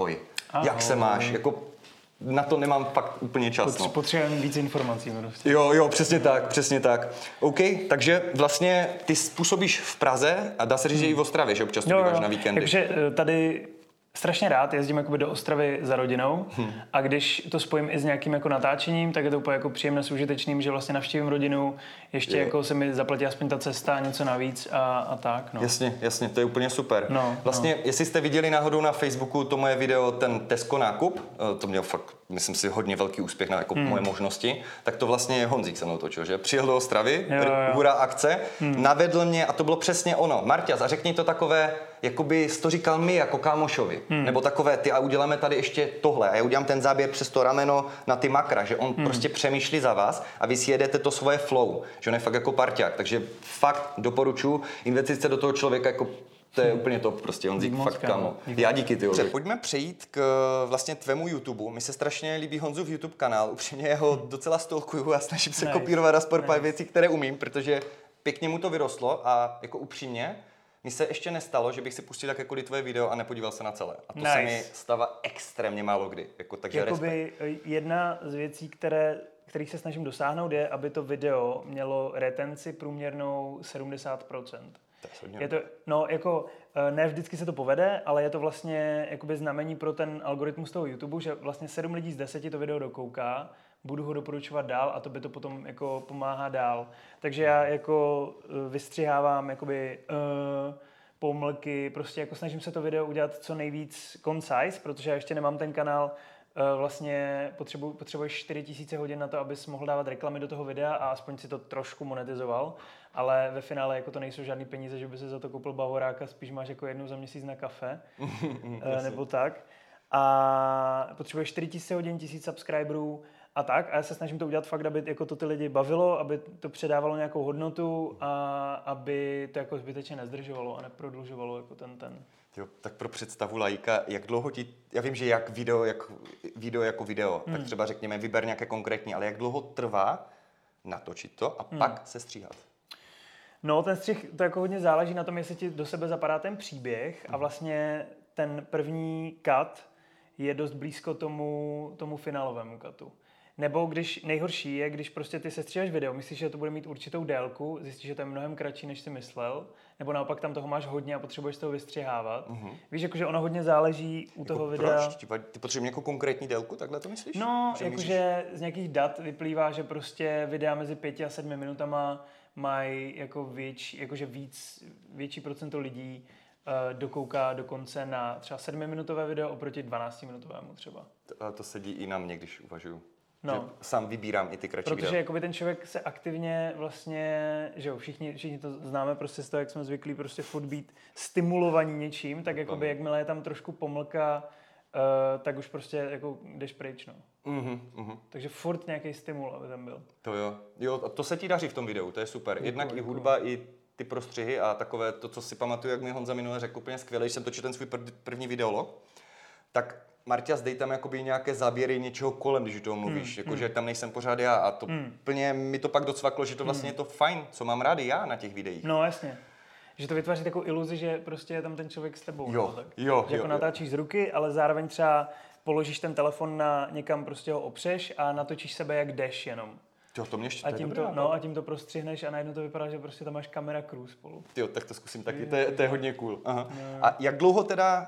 Jak se máš, jako na to nemám fakt úplně čas. Potřebujeme víc informací. Prostě. Jo, přesně tak. OK, takže vlastně ty působíš v Praze a dá se říct, že i v Ostravě, že občas býváš na víkendy. Takže tady strašně rád jezdím jakoby do Ostravy za rodinou a když to spojím i s nějakým jako natáčením, tak je to úplně jako příjemné s užitečným, že vlastně navštívím rodinu, ještě jako se mi zaplatí aspoň ta cesta, něco navíc a tak. No. Jasně, to je úplně super. Vlastně, jestli jste viděli náhodou na Facebooku to moje video, ten Tesco nákup, to měl fakt myslím si, hodně velký úspěch na jako moje možnosti, tak to vlastně Honzík se mnou točil, že přijel do Ostravy, hurá akce, navedl mě a to bylo přesně ono. Marťas, a řekni to takové, jakoby jsi to říkal mi jako kámošovi, nebo takové ty a uděláme tady ještě tohle a já udělám ten záběr přes to rameno na ty makra, že on prostě přemýšlí za vás a vy si jedete to svoje flow, že on je fakt jako parťák, takže fakt doporučuji investice do toho člověka jako to je úplně top, prostě Honzík, fakt kámo. Já díky, ty. Pojďme přejít k vlastně tvému YouTube. Mi se strašně líbí Honzův YouTube kanál, upřímně já ho docela stalkuju a snažím se kopírovat aspoň pár věcí, které umím, protože pěkně mu to vyrostlo a jako upřímně mi se ještě nestalo, že bych si pustil tak jako tvoje video a nepodíval se na celé. A to se mi stává extrémně málo kdy. Jako, takže jakoby jedna z věcí, kterých se snažím dosáhnout, je, aby to video mělo retenci průměrnou 70%. Je to, no, jako, ne vždycky se to povede, ale je to vlastně jakoby znamení pro ten algoritmus toho YouTube, že vlastně 7 lidí z 10 to video dokouká, budu ho doporučovat dál a to by to potom jako pomáhá dál. Takže já jako vystřihávám jakoby pomlky, prostě jako snažím se to video udělat co nejvíc concise, protože já ještě nemám ten kanál, vlastně potřebuješ 4000 hodin na to, abys mohl dávat reklamy do toho videa a aspoň si to trošku monetizoval, ale ve finále jako to nejsou žádný peníze, že by si za to koupil bavoráka, spíš máš jako jednou za měsíc na kafe, nebo tak. A potřebuješ 4000 hodin, 1000 subscriberů a tak. A já se snažím to udělat fakt, aby jako to ty lidi bavilo, aby to předávalo nějakou hodnotu a aby to jako zbytečně nezdržovalo a neprodlužovalo jako ten. Jo, tak pro představu laika, jak dlouho já vím, že jak video jako video, tak třeba řekněme, vyber nějaké konkrétní, ale jak dlouho trvá natočit to a pak se stříhat? No, ten střih, to jako hodně záleží na tom, jestli ti do sebe zapadá ten příběh a vlastně ten první cut je dost blízko tomu finálovému cutu. Nebo nejhorší je, když prostě ty sestříháš video, myslíš, že to bude mít určitou délku, zjistíš, že to je mnohem kratší, než jsi myslel, nebo naopak tam toho máš hodně a potřebuješ toho vystřihávat. Víš, jakože ono hodně záleží u toho videa. Proč? Ty potřebuješ nějakou konkrétní délku, takhle to myslíš? No, jakože z nějakých dat vyplývá, že prostě videa mezi 5 a 7 minutama mají jako větší procento lidí dokouká dokonce na třeba 7minutové video oproti 12minutovému třeba. To sedí i na mě, když uvažuju. No. Že sám vybírám i ty kratší videa. Protože jakoby ten člověk se aktivně vlastně, že jo, všichni to známe prostě z toho, jak jsme zvyklí prostě furt být stimulovaní něčím, tak jakoby jakmile je tam trošku pomlka, tak už prostě jako jdeš pryč, no. Takže furt nějaký stimul, aby tam byl. To jo. Jo, a to se ti daří v tom videu, to je super. Jednak i hudba, i ty prostřihy a takové to, co si pamatuju, jak mi Honza minule řekl úplně skvěle, když jsem točil ten svůj první videolog, tak Marťas, dej tam jakoby nějaké záběry něčeho kolem, když o tom mluvíš, jakože tam nejsem pořád já a to plně mi to pak docvaklo, že to vlastně je to fajn, co mám rád já na těch videích. No jasně. Že to vytváří takovou iluzi, že prostě je tam ten člověk s tebou. Jo, no, tak. jo. Že jako natáčíš z ruky, ale zároveň třeba položíš ten telefon na někam, prostě ho opřeš a natočíš sebe, jak jdeš jenom. Jo, to mě ještě, a tím to prostřihneš a najednou to vypadá, že prostě tam máš kamera crew spolu. Jo, tak to zkusím taky, to je hodně cool. Aha. A jak dlouho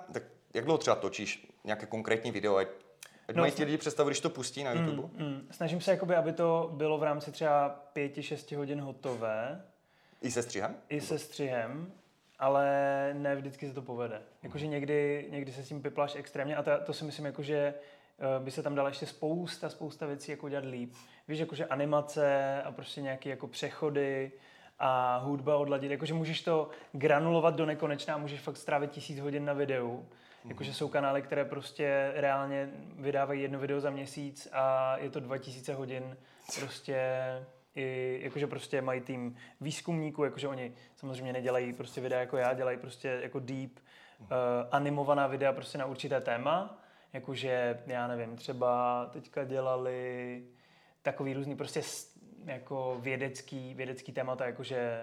třeba točíš nějaké konkrétní video, ať mají ti lidi představu, když to pustí na YouTube? Snažím se, jakoby, aby to bylo v rámci třeba 5-6 hodin hotové. I se střihem? I se střihem, ale ne vždycky se to povede. Jakože někdy se s tím pipláš extrémně a to si myslím, jakože by se tam dala ještě spousta věcí jako dělat líp. Víš, jakože animace a prostě nějaké jako přechody a hudba odladit. Jakože můžeš to granulovat do nekonečna a můžeš fakt strávit 1000 hodin na videu. Jakože jsou kanály, které prostě reálně vydávají 1 video za měsíc a je to 2000 hodin prostě jakože prostě mají tým výzkumníků, jakože oni samozřejmě nedělají prostě videa jako já, dělají prostě jako deep animovaná videa prostě na určité téma, jakože já nevím, třeba teďka dělali takový různý prostě jako vědecký témata, jakože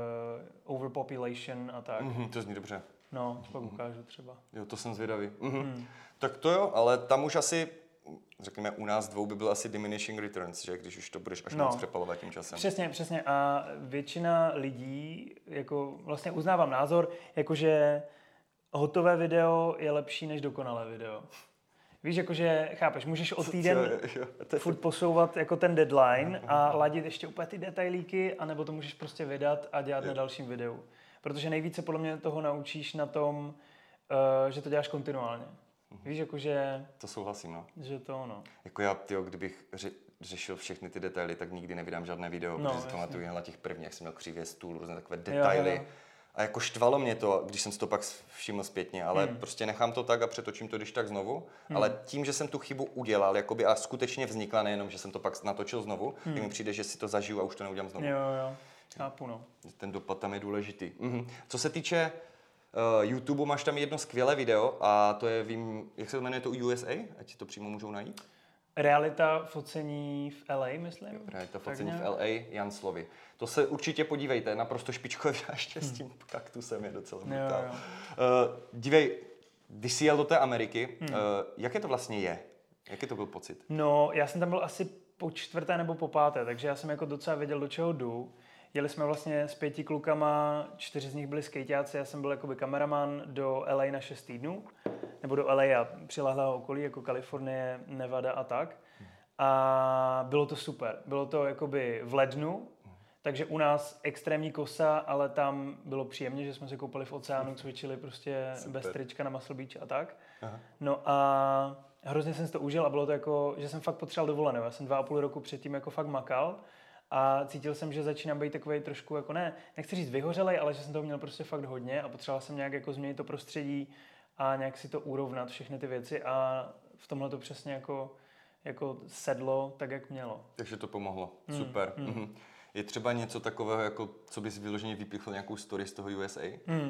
overpopulation a tak. To zní dobře. No, pak ukážu třeba. Jo, to jsem zvědavý. Tak to jo, ale tam už asi, řekněme, u nás dvou by byl asi diminishing returns, že když už to budeš až moc přepalovat tím časem. Přesně. A většina lidí, jako vlastně uznávám názor, jakože hotové video je lepší než dokonalé video. Víš, jakože, chápeš, můžeš o týden furt posouvat jako ten deadline a ladit ještě úplně ty detailíky, anebo to můžeš prostě vydat a dělat na dalším videu. Protože nejvíce podle mě toho naučíš na tom, že to děláš kontinuálně. Víš, jakože... To souhlasím, no. Že to ono. Jako já, tyjo, kdybych řešil všechny ty detaily, tak nikdy nevydám žádné video, protože si pamatuju jen na těch prvních, jak jsem měl křivě stůl, různé takové detaily. Jo. A jako štvalo mě to, když jsem si to pak všiml zpětně, ale prostě nechám to tak a přetočím to když tak znovu. Ale tím, že jsem tu chybu udělal jakoby, a skutečně vznikla, nejenom, že jsem to pak natočil znovu, tak mi přijde, že si to zažiju a už to neudělám znovu. Jo. Chápu, no. Ten dopad tam je důležitý. Co se týče YouTube, máš tam jedno skvělé video a to je, vím, jak se to jmenuje, to USA? Ať si to přímo můžou najít. Realita focení v LA, myslím. Jo, realita focení v LA, Jan Slovy. To se určitě podívejte, naprosto špičkové ještě s tím kaktusem je docela brutál. Dívej, když jsi jel do té Ameriky, jaké to vlastně je? Jaký to byl pocit? No, já jsem tam byl asi po 4. nebo po 5., takže já jsem jako docela věděl, do čeho jdu. Jeli jsme vlastně s 5 klukama, 4 z nich byli skejťáci, já jsem byl jakoby kameraman do LA na 6 týdnů, nebo do LA a přilehlého okolí, jako Kalifornie, Nevada a tak. A bylo to super. Bylo to jakoby v lednu, takže u nás extrémní kosa, ale tam bylo příjemně, že jsme se koupali v oceánu, cvičili prostě bez trička na Muscle Beach a tak. Aha. No a hrozně jsem si to užil a bylo to jako, že jsem fakt potřeboval dovolenou. Já jsem 2,5 roku předtím jako fakt makal. A cítil jsem, že začínám být takovej trošku jako nechci říct vyhořelej, ale že jsem toho měl prostě fakt hodně a potřeboval jsem nějak jako změnit to prostředí a nějak si to urovnat, všechny ty věci a v tomhle to přesně jako sedlo tak, jak mělo. Takže to pomohlo. Super. Je třeba něco takového, jako co bys vyloženě vypíchl nějakou story z toho USA?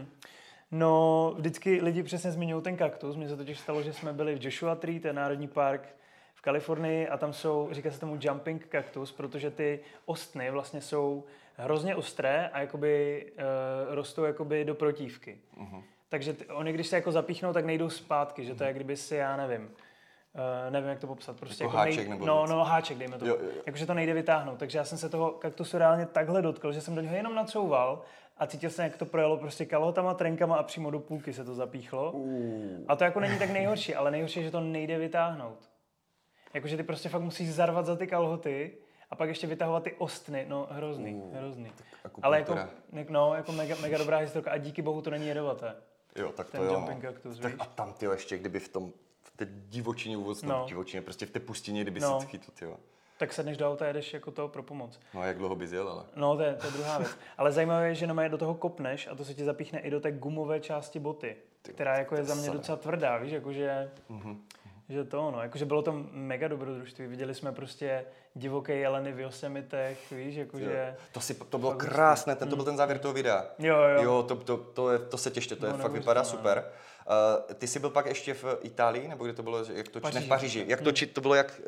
No, vždycky lidi přesně zmiňují ten kaktus. Mně se totiž stalo, že jsme byli v Joshua Tree, to je národní park v Kalifornii a tam jsou, říká se tomu jumping kaktus, protože ty ostny vlastně jsou hrozně ostré a jakoby rostou jakoby do protívky. Takže oni, když se jako zapíchnou, tak nejdou zpátky, že to je, kdyby si, já nevím, jak to popsat. Prostě jako háček nebo háček, dejme to. Jakože to nejde vytáhnout. Takže já jsem se toho kaktusu reálně takhle dotkl, že jsem do něho jenom nacouval a cítil jsem, jak to projelo prostě kalhotama, trenkama a přímo do půlky se to zapíchlo. A to jako není tak nejhorší, ale nejhorší je, že to nejde vytáhnout. Jakože ty prostě fakt musíš zarvat za ty kalhoty a pak ještě vytahovat ty ostny. No, hrozný. Ale jako mega dobrá historka a díky bohu to není jedovaté. Jo, tak ten to jo. Jumping kaktus, tak a tam ty ještě, kdyby v té divočině divočině, prostě v té pustině, kdyby si chytl, tyjo. Tak sedneš do auta a jedeš jako to pro pomoc. No a jak dlouho bys jel, ale? No, to je druhá věc. Ale zajímavé je, že do toho kopneš a to se ti zapíchne i do té gumové části boty, která jako je za mě docela tvrdá, víš, jakože... Že to ono, jakože bylo to mega dobrodružství, viděli jsme prostě divoké jeleny v Yosemitech, víš, jakože... To bylo krásné, to byl ten závěr toho videa. Jo, to se těšte, to je fakt vypadá super. Ty jsi byl pak ještě v Itálii, nebo kde to bylo, jak točit? Ne, v Paříži. Jak točit, to bylo jak...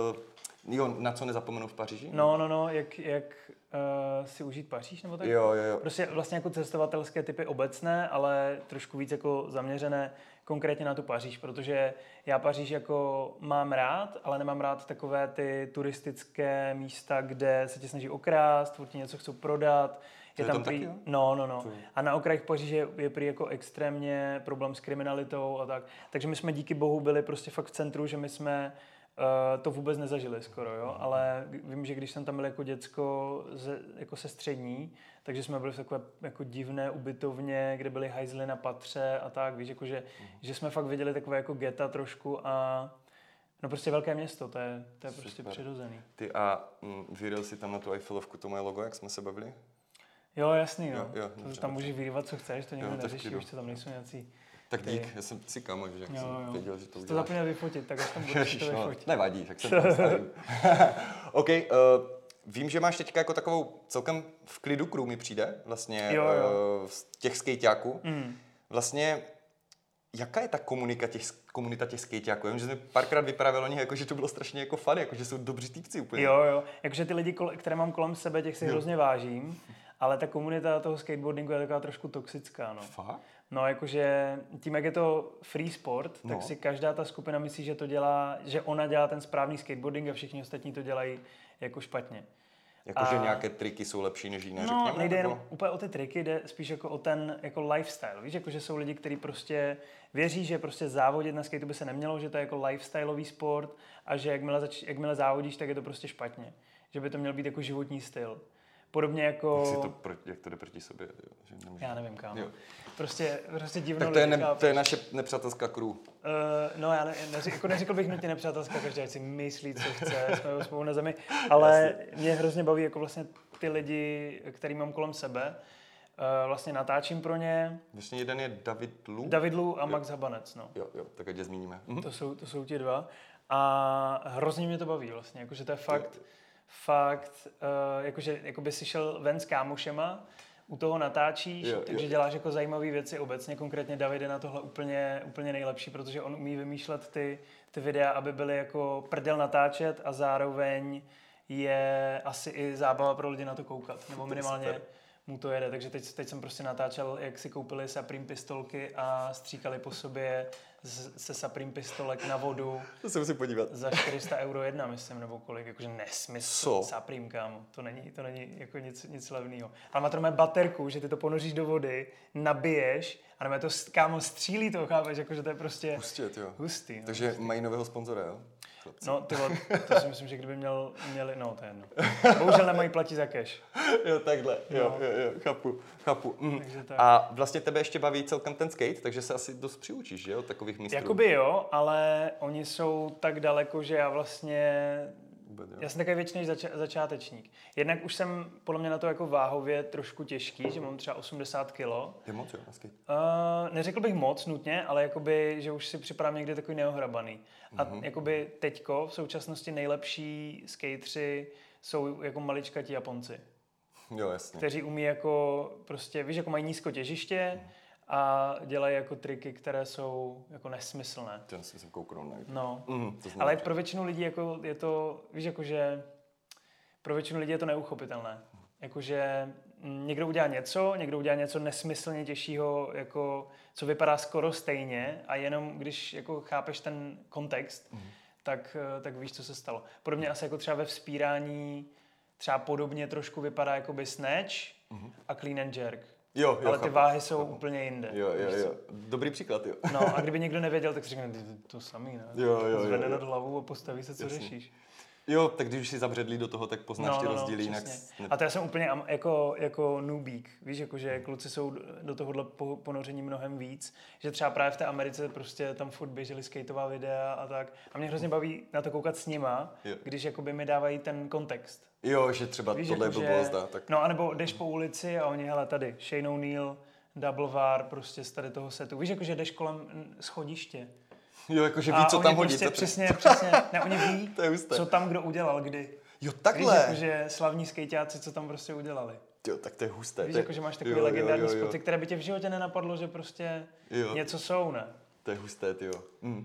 na co nezapomenu v Paříži? No, jak si užít Paříž, nebo tak? Jo. Prostě vlastně jako cestovatelské typy obecné, ale trošku víc jako zaměřené konkrétně na tu Paříž, protože já Paříž jako mám rád, ale nemám rád takové ty turistické místa, kde se tě snaží okrást, furt ti něco chcou prodat. Je tam prý... No. A na okrajích Paříže je prý jako extrémně problém s kriminalitou a tak. Takže my jsme díky bohu byli prostě fakt v centru, že my jsme to vůbec nezažili skoro, jo, ale vím, že když jsem tam byl jako děcko jako se střední, takže jsme byli v takové jako divné ubytovně, kde byly hajzly na patře a tak, víš, jako že jsme fakt viděli takové jako geta trošku a no prostě velké město, to je prostě přirozený. Ty a vyjel si tam na tu Eiffelovku to moje logo, jak jsme se bavili? Jo, jasný, no. Jo, to tam můžeš vyrývat, co chceš, to nikdo neřeší, už to tam nejsou nějací. Tak dík, já jsem si kamoš, že jsem věděl, že to uděláš. To zapomněl vyfotit, tak až tam budeš to vyfotit. Nevadí, tak se to nastavím. OK, vím, že máš teďka jako takovou celkem v klidu crew mi přijde, vlastně z těch skejťáků. Vlastně, jaká je ta komunita těch skejťáků? Vím, že jsme párkrát vyprávěli o nich, jako, že to bylo strašně jako fun, jako, že jsou dobří týpci úplně. Jo, jakože ty lidi, které mám kolem sebe, těch si hrozně vážím, ale ta komunita toho skateboardingu je taková trošku toxická, no. Fakt? No, jakože tím, jak je to free sport, tak si každá ta skupina myslí, že to dělá, že ona dělá ten správný skateboarding a všichni ostatní to dělají jako špatně. Jakože nějaké triky jsou lepší než jiné, řekněme? No, nejde jenom úplně o ty triky, jde spíš jako o ten jako lifestyle. Víš, jakože jsou lidi, kteří prostě věří, že prostě závodit na skateu by se nemělo, že to je jako lifestyleový sport a že jakmile závodíš, tak je to prostě špatně. Že by to měl být jako životní styl. Podobně jako... Jak to jde proti sobě? Že já nevím, kámo. Prostě divno. Tak to je naše nepřátelská crew. No já neřekl bych nutně nepřátelská, každý si myslí, co chce, jsme spolu na zemi, ale mě hrozně baví jako vlastně ty lidi, který mám kolem sebe. Vlastně natáčím pro ně. Vlastně jeden je David Lu a Max Habanec, no. Jo, tak ať je zmíníme. To jsou ti dva. A hrozně mě to baví vlastně, jakože to je fakt, jakože by si šel ven s kámošema, u toho natáčíš, takže děláš jako zajímavé věci obecně, konkrétně David je na tohle úplně nejlepší, protože on umí vymýšlet ty videa, aby byly jako prdel natáčet a zároveň je asi i zábava pro lidi na to koukat, nebo minimálně mu to jede, takže teď jsem prostě natáčel, jak si koupili Supreme pistolky a stříkali po sobě se Supreme pistolek na vodu. To se musím podívat. Za 400 € jedna, myslím, nebo kolik, jakože nesmysl. Supreme, kámo, to není jako nic levného. Ale má to mé baterku, že ty to ponoříš do vody, nabiješ a nebo to, kámo, střílí to, chápeš, jakože to je prostě hustý. No, takže mají nového sponzora, jo? Chlapci. No, to si myslím, že kdyby měli, no to je jedno. Bohužel nemají platit za cash. Jo, takhle, jo, chápu. A vlastně tebe ještě baví celkem ten skate, takže se asi dost přiučíš, že jo, takových mistrů. Jakoby jo, ale oni jsou tak daleko, že já jsem takový věčný začátečník. Jednak už jsem podle mě na to jako váhově trošku těžký, že mám třeba 80 kilo. Je moc, jo, na skate? Neřekl bych moc nutně, ale jakoby, že už si připadám někdy takový neohrabaný. A jakoby teďko v současnosti nejlepší skateři jsou jako maličkatí Japonci. Jo, jasně. Kteří umí jako prostě, víš, jako mají nízko těžiště a dělají jako triky, které jsou jako nesmyslné. To jsem kouknul na YouTube. No, ale pro většinu lidí jako je to, víš, jakože pro většinu lidí je to neuchopitelné. Jakože někdo udělá něco nesmyslně těžšího, jako, co vypadá skoro stejně a jenom když jako chápeš ten kontext, tak víš, co se stalo. Podobně asi jako třeba ve vzpírání třeba podobně trošku vypadá jakoby snatch a clean and jerk. Jo, ale ty váhy jsou úplně jinde. Jo. Dobrý příklad, jo. No a kdyby někdo nevěděl, tak si řekne, to samý, ne? Jo. Zvedne nad hlavu a postaví se, co řešíš. Jo, tak když si zabředlí do toho, tak poznáš ty rozdíly jinak. A to já jsem úplně jako noobík, víš, jakože kluci jsou do tohohle ponoření mnohem víc, že třeba právě v té Americe prostě tam furt běžely skateová videa a tak. A mě hrozně baví na to koukat s nima, když jakoby mi dávají ten kontext. Jo, že třeba víš, tohle byl blbozda. Tak... No, anebo jdeš po ulici a oni, hele, tady, Shane O'Neill, Double VAR, prostě z tady toho setu. Víš, jakože jdeš kolem schodiště. Jo, jakože ví, co tam hodí. Prostě, přesně. Ne, oni ví, co tam kdo udělal, kdy. Jo, takhle. Víš, jakože slavní skejťáci, co tam prostě udělali. Jo, tak to je husté. Víš, jakože máš takové legendární spoty, které by tě v životě nenapadlo, že prostě něco jsou, ne? To je husté, tyjo.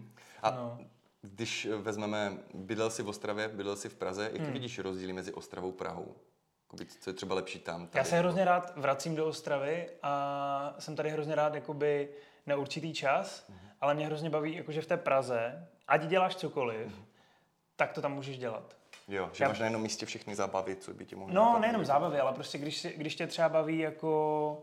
A když vezmeme, bydlel jsi v Ostravě, bydlel jsi v Praze, jaký vidíš rozdíly mezi Ostravou a Prahou? Co je třeba lepší tam? Tady? Já se hrozně rád vracím do Ostravy a jsem tady hrozně rád jakoby na určitý čas, ale mě hrozně baví, jakože v té Praze, ať děláš cokoliv, tak to tam můžeš dělat. Jo, že máš na jednom místě všechny zábavy, co by tě mohlo... No, nejenom zábavy, ale prostě když tě třeba baví jako,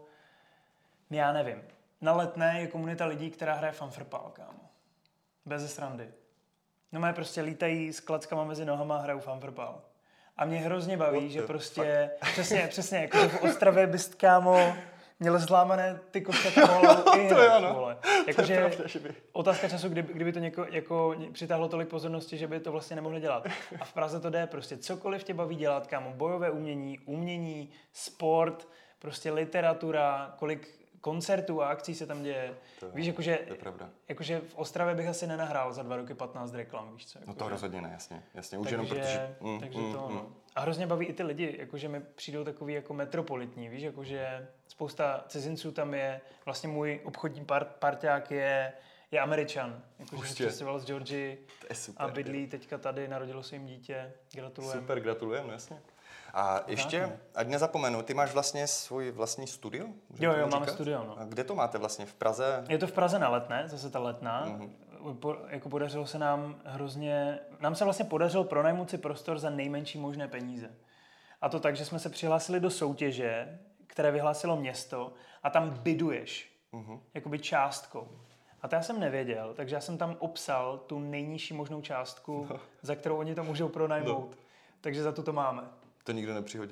já nevím, na Letné je komunita lidí, která hraje fanfrpál, kámo. Beze srandy. No má prostě lítají s klackama mezi nohama a hrajou fanfrpál. A mě hrozně baví, že prostě, přesně, jakože v Ostravě bys, kámo, měl zlámané ty košťata molou i hned, vole. Jakože otázka času, kdyby to jako přitáhlo tolik pozornosti, že by to vlastně nemohli dělat. A v Praze to jde prostě. Cokoliv tě baví dělat, kámo, bojové umění, sport, prostě literatura, kolik koncertů a akcí se tam děje. Víš, jakože v Ostravě bych asi nenahrál za 2 roky 15 reklam, víš co? No to rozhodně ne, jasně. Už jenom protože... Takže to no. A hrozně baví i ty lidi, jakože mi přijdou takový jako metropolitní, víš, jakože spousta cizinců tam je, vlastně můj obchodní parťák je Američan, jakože se přestěhoval z Georgii a bydlí teďka tady, narodilo se jim dítě, gratulujeme. Super, gratulujeme, jasně. A ještě, ať nezapomenu, ty máš vlastně svůj vlastní studio? Jo, máme studio, no. A kde to máte vlastně, v Praze? Je to v Praze na Letné, zase ta Letná. Jako podařilo se nám nám se vlastně podařilo pronajmout si prostor za nejmenší možné peníze. A to tak, že jsme se přihlásili do soutěže, které vyhlásilo město a tam biduješ, jakoby částkou. A to já jsem nevěděl, takže já jsem tam obsal tu nejnižší možnou částku, za kterou oni to můžou pronajmout. Takže za to máme. To nikdo nepřihodil.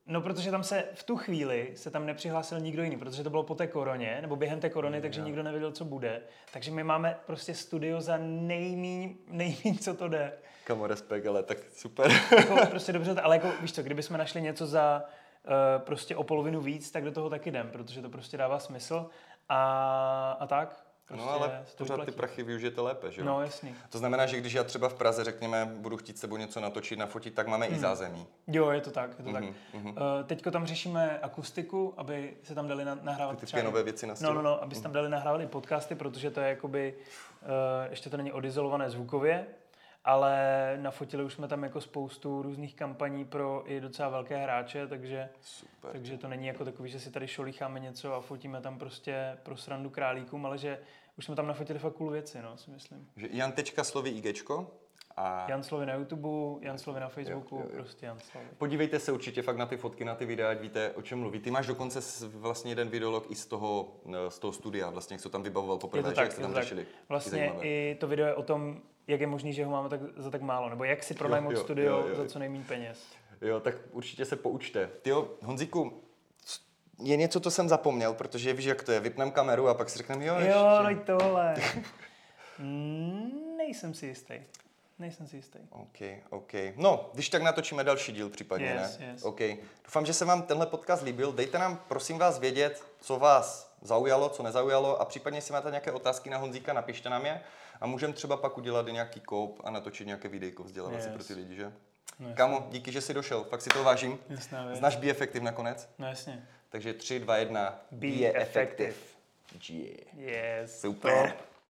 No, protože tam se v tu chvíli se tam nepřihlásil nikdo jiný, protože to bylo po té koroně, nebo během té korony, takže nikdo nevěděl, co bude. Takže my máme prostě studio za nejmíň, co to jde. Kamo, respekt, ale tak super. Jako, prostě dobře, ale jako, víš co, kdybychom našli něco za prostě o polovinu víc, tak do toho taky jdem, protože to prostě dává smysl a tak. Prostě no ale pořád ty prachy využijete lépe, že jo? No jasný. To znamená, že když já třeba v Praze, řekněme, budu chtít s sebou něco natočit, nafotit, tak máme i zázemí. Jo, je to tak. Teďko tam řešíme akustiku, aby se tam dali nahrávat ty nové věci na stylu. No, aby se tam dali nahrávat i podcasty, protože to je jakoby, ještě to není odizolované zvukově, ale nafotili už jsme tam jako spoustu různých kampaní pro i docela velké hráče, takže to není jako takový, že si tady šolícháme něco a fotíme tam prostě pro srandu králíkům, ale že už jsme tam nafotili fakt cool věci, no, si myslím. Že Jan.Slovy IGčko a... Jan Slovy na YouTube, Jan Slovy na Facebooku, jo. Prostě Jan Slovy. Podívejte se určitě fakt na ty fotky, na ty videa, ať víte, o čem mluví. Ty máš dokonce vlastně jeden videolog i z toho studia, vlastně, jak jsi to tam vybavoval poprvé, jak jste tam řešili. Vlastně i to video je o tom, jak je možný, že ho máme za tak málo, nebo jak si pronajmout studio za co nejméně peněz. Jo, tak určitě se poučte. Tyjo, Honzíku, je něco, co jsem zapomněl, protože víš, jak to je, vypneme kameru a pak si řekneme, jo, ještě. Jo, no i tohle. Nejsem si jistý. OK. No, když tak natočíme další díl případně, ne? Yes. OK. Doufám, že se vám tenhle podcast líbil. Dejte nám, prosím vás, vědět, co vás zaujalo, co nezaujalo a případně, jestli máte nějaké otázky na Honzíka, napište nám je a můžeme třeba pak udělat i nějaký koup a natočit nějaké videjko vzdělávací pro ty lidi, že? No, Kámo, díky, že jsi došel, fakt si to vážím. Znáš Be Effective nakonec? No jasně. Takže 3, 2, 1. Be effective. Yeah. Yes. Super.